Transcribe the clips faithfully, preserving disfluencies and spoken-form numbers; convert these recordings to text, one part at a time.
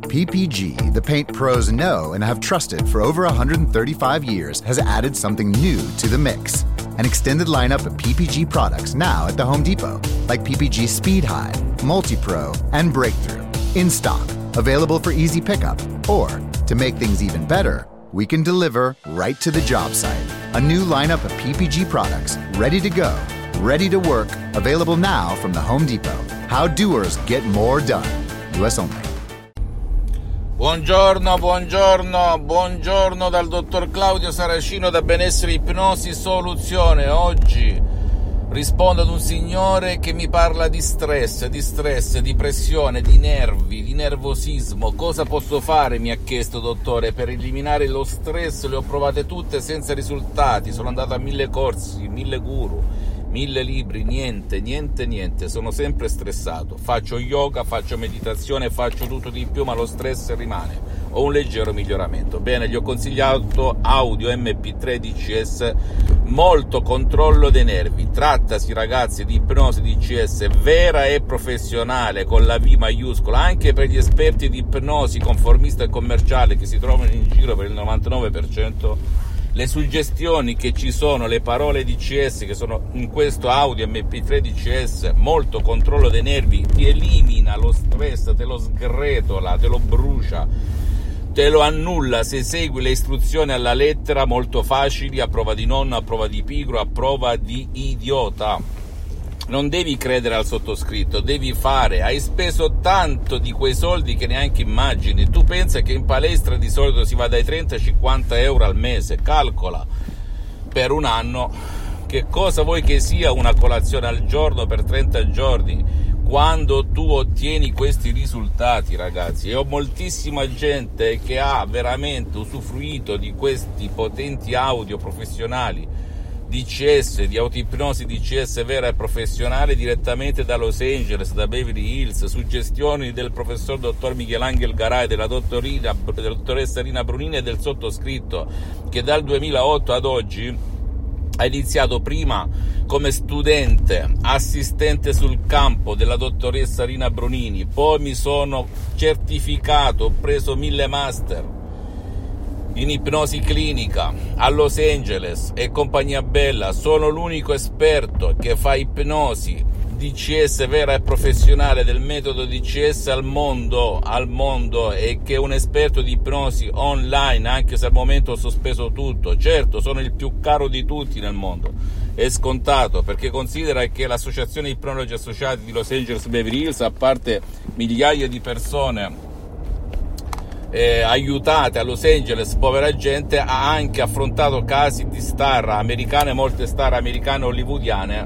P P G, the paint pros know and have trusted for over one hundred thirty-five years, has added something new to the mix. An extended lineup of P P G products now at the Home Depot, like P P G Speed High, Multi-Pro, and Breakthrough. In stock, available for easy pickup, or, to make things even better, we can deliver right to the job site. A new lineup of P P G products, ready to go, ready to work, available now from the Home Depot. How doers get more done. U S only. Buongiorno, buongiorno, buongiorno dal dottor Claudio Saracino da Benessere Ipnosi Soluzione. Oggi rispondo ad un signore che mi parla di stress, di stress, di pressione, di nervi, di nervosismo. Cosa posso fare, mi ha chiesto, dottore, per eliminare lo stress? Le ho provate tutte senza risultati, sono andato a mille corsi, mille guru, mille libri, niente, niente, niente, sono sempre stressato, faccio yoga, faccio meditazione, faccio tutto di più, ma lo stress rimane, ho un leggero miglioramento. Bene, gli ho consigliato audio M P tre D C S, molto controllo dei nervi. Trattasi, ragazzi, di ipnosi D C S vera e professionale, con la V maiuscola, anche per gli esperti di ipnosi conformista e commerciale che si trovano in giro per il novantanove per cento. Le suggestioni che ci sono, le parole D C S che sono in questo audio M P tre D C S, molto controllo dei nervi, ti elimina lo stress, te lo sgretola, te lo brucia, te lo annulla se segui le istruzioni alla lettera, molto facili, a prova di nonno, a prova di pigro, a prova di idiota. Non devi credere al sottoscritto, devi fare. Hai speso tanto di quei soldi che neanche immagini. Tu pensa che in palestra di solito si va dai trenta ai cinquanta euro al mese, calcola per un anno che cosa vuoi che sia una colazione al giorno per trenta giorni, quando tu ottieni questi risultati, ragazzi. E ho moltissima gente che ha veramente usufruito di questi potenti audio professionali D C S, di autoipnosi D C S vera e professionale, direttamente da Los Angeles, da Beverly Hills, suggestioni del professor dottor Michelangelo Garay, della dottorina, della dottoressa Rina Brunini e del sottoscritto, che dal duemilaotto ad oggi ha iniziato prima come studente, assistente sul campo della dottoressa Rina Brunini, poi mi sono certificato, ho preso mille master in ipnosi clinica a Los Angeles e compagnia bella. Sono l'unico esperto che fa ipnosi D C S vera e professionale del metodo D C S al mondo, al mondo, e che è un esperto di ipnosi online, anche se al momento ho sospeso tutto. Certo, sono il più caro di tutti nel mondo, è scontato, perché considera che l'associazione Ipnologi Associati di Los Angeles Beverly Hills, a parte migliaia di persone Eh, aiutate a Los Angeles, povera gente, ha anche affrontato casi di star americane, molte star americane hollywoodiane,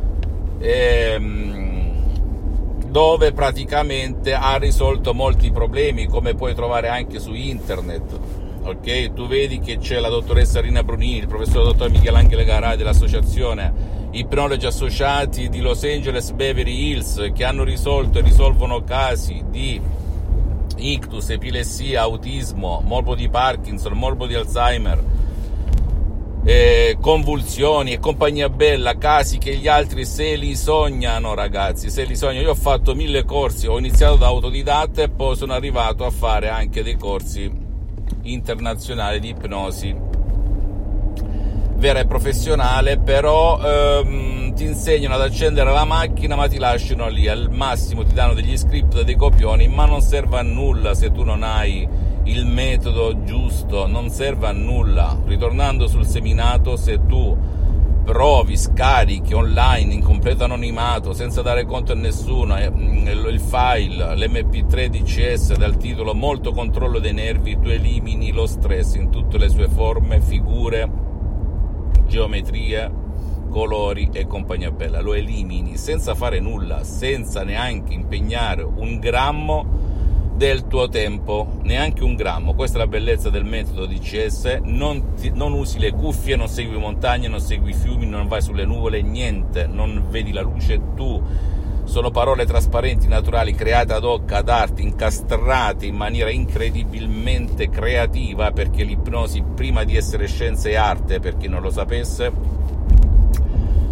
ehm, dove praticamente ha risolto molti problemi, come puoi trovare anche su internet. Ok, tu vedi che c'è la dottoressa Rina Brunini, il professor dottor Michelangelo Garay dell'associazione Ipnologi Associati di Los Angeles Beverly Hills, che hanno risolto e risolvono casi di ictus, epilessia, autismo, morbo di Parkinson, morbo di Alzheimer, eh, convulsioni e compagnia bella, casi che gli altri se li sognano, ragazzi, se li sognano. Io ho fatto mille corsi, ho iniziato da autodidatta e poi sono arrivato a fare anche dei corsi internazionali di ipnosi vera e professionale, però ehm, ti insegnano ad accendere la macchina, ma ti lasciano lì. Al massimo ti danno degli script, dei copioni, ma non serve a nulla se tu non hai il metodo giusto, non serve a nulla. Ritornando sul seminato, se tu provi, scarichi online in completo anonimato, senza dare conto a nessuno, il file, l'M P tre D C S dal titolo molto controllo dei nervi, tu elimini lo stress in tutte le sue forme, figure, geometrie, colori e compagnia bella. Lo elimini senza fare nulla, senza neanche impegnare un grammo del tuo tempo, neanche un grammo. Questa è la bellezza del metodo D C S. Non, ti, non usi le cuffie, non segui montagne, non segui fiumi, non vai sulle nuvole, niente, non vedi la luce tu. Sono parole trasparenti, naturali, create ad hoc, ad arte, incastrate in maniera incredibilmente creativa, perché l'ipnosi, prima di essere scienza e arte, per chi non lo sapesse,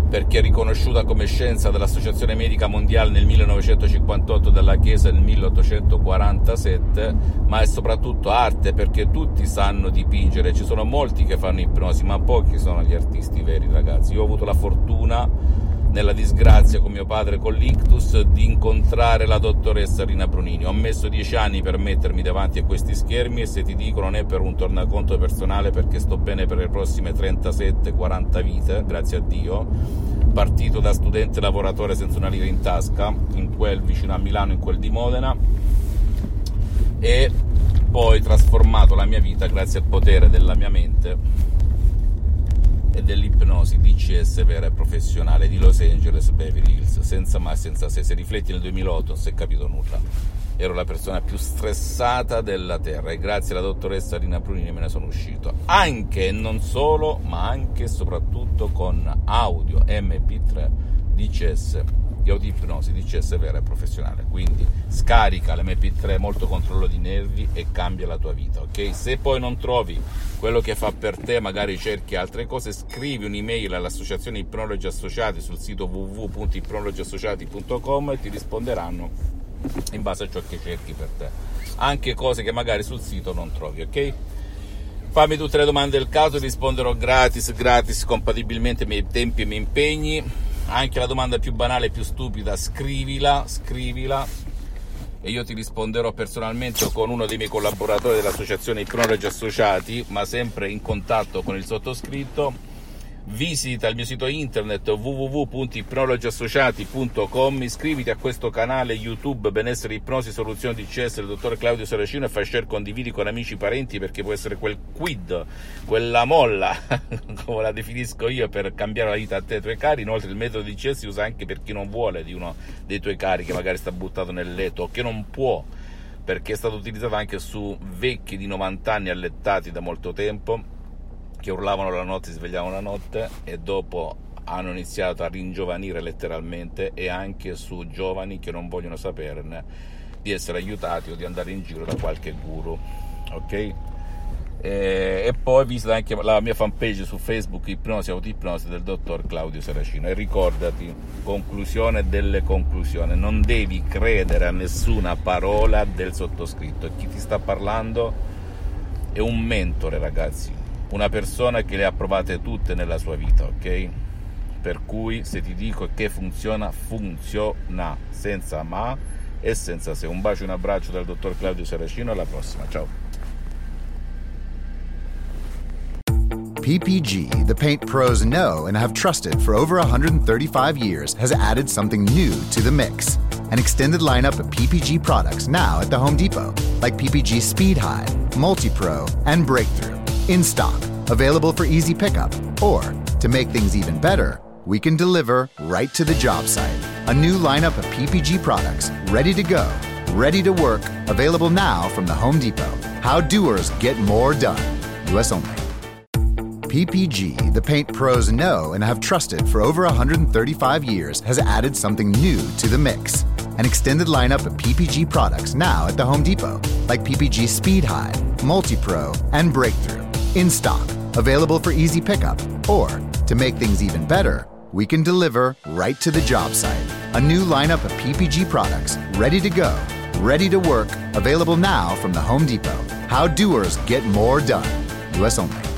perché è riconosciuta come scienza dall'Associazione Medica Mondiale nel millenovecentocinquantotto, dalla Chiesa nel milleottocentoquarantasette, ma è soprattutto arte, perché tutti sanno dipingere, ci sono molti che fanno ipnosi, ma pochi sono gli artisti veri, ragazzi. Io ho avuto la fortuna, nella disgrazia con mio padre con l'ictus, di incontrare la dottoressa Rina Brunini. Ho messo dieci anni per mettermi davanti a questi schermi, e se ti dico non è per un tornaconto personale, perché sto bene per le prossime trentasette quaranta vite, grazie a Dio, partito da studente lavoratore senza una lira in tasca, in quel vicino a Milano, in quel di Modena, e poi trasformato la mia vita grazie al potere della mia mente e dell'ipnosi D C S vera e professionale di Los Angeles, Beverly Hills, senza ma e senza se. Se rifletti nel duemilaotto non si è capito nulla, ero la persona più stressata della terra, e grazie alla dottoressa Rina Brunini me ne sono uscito, anche e non solo, ma anche e soprattutto con audio M P tre D C S di autoipnosi D C S vera e professionale. Quindi scarica l'M P tre, molto controllo di nervi, e cambia la tua vita, ok? Se poi non trovi quello che fa per te, magari cerchi altre cose, scrivi un'email all'associazione Ipnologi Associati sul sito w w w punto ipnologi associati punto com e ti risponderanno in base a ciò che cerchi per te, anche cose che magari sul sito non trovi, ok? Fammi tutte le domande del caso, risponderò gratis, gratis, compatibilmente ai miei tempi e ai miei impegni. Anche la domanda più banale e più stupida, scrivila, scrivila, e io ti risponderò personalmente o con uno dei miei collaboratori dell'associazione Ipnologi Associati, ma sempre in contatto con il sottoscritto. Visita il mio sito internet w w w punto ipnologi associati punto com, iscriviti a questo canale YouTube Benessere Ipnosi Soluzioni D C S del dottor Claudio Saracino, e fai share, condividi con amici e parenti, perché può essere quel quid, quella molla, come la definisco io, per cambiare la vita a te e ai tuoi cari. Inoltre il metodo D C S si usa anche per chi non vuole di uno dei tuoi cari che magari sta buttato nel letto, o che non può, perché è stato utilizzato anche su vecchi di novanta anni allettati da molto tempo, che urlavano la notte, si svegliavano la notte, e dopo hanno iniziato a ringiovanire letteralmente, e anche su giovani che non vogliono saperne di essere aiutati o di andare in giro da qualche guru, ok? E, e poi visita anche la mia fanpage su Facebook, Ipnosi Autoipnosi del dottor Claudio Saracino. E ricordati, conclusione delle conclusioni, non devi credere a nessuna parola del sottoscritto, e chi ti sta parlando è un mentore, ragazzi, una persona che le ha provate tutte nella sua vita, ok? Per cui se ti dico che funziona, funziona, senza ma e senza se. Un bacio e un abbraccio dal dottor Claudio Saracino, alla prossima, ciao. P P G, the paint pros know and have trusted for over one hundred thirty-five years, has added something new to the mix. An extended lineup of P P G products now at the Home Depot, like P P G Speed High, Multi-Pro, and Breakthrough. In stock, available for easy pickup, or, to make things even better, we can deliver right to the job site. A new lineup of P P G products, ready to go, ready to work, available now from the Home Depot. How doers get more done. U S only. P P G, the paint pros know and have trusted for over one hundred thirty-five years, has added something new to the mix. An extended lineup of P P G products now at the Home Depot, like P P G Speed High, Multi-Pro, and Breakthrough. In stock, available for easy pickup, or, to make things even better, we can deliver right to the job site. A new lineup of P P G products, ready to go, ready to work, available now from the Home Depot. How doers get more done. U S only.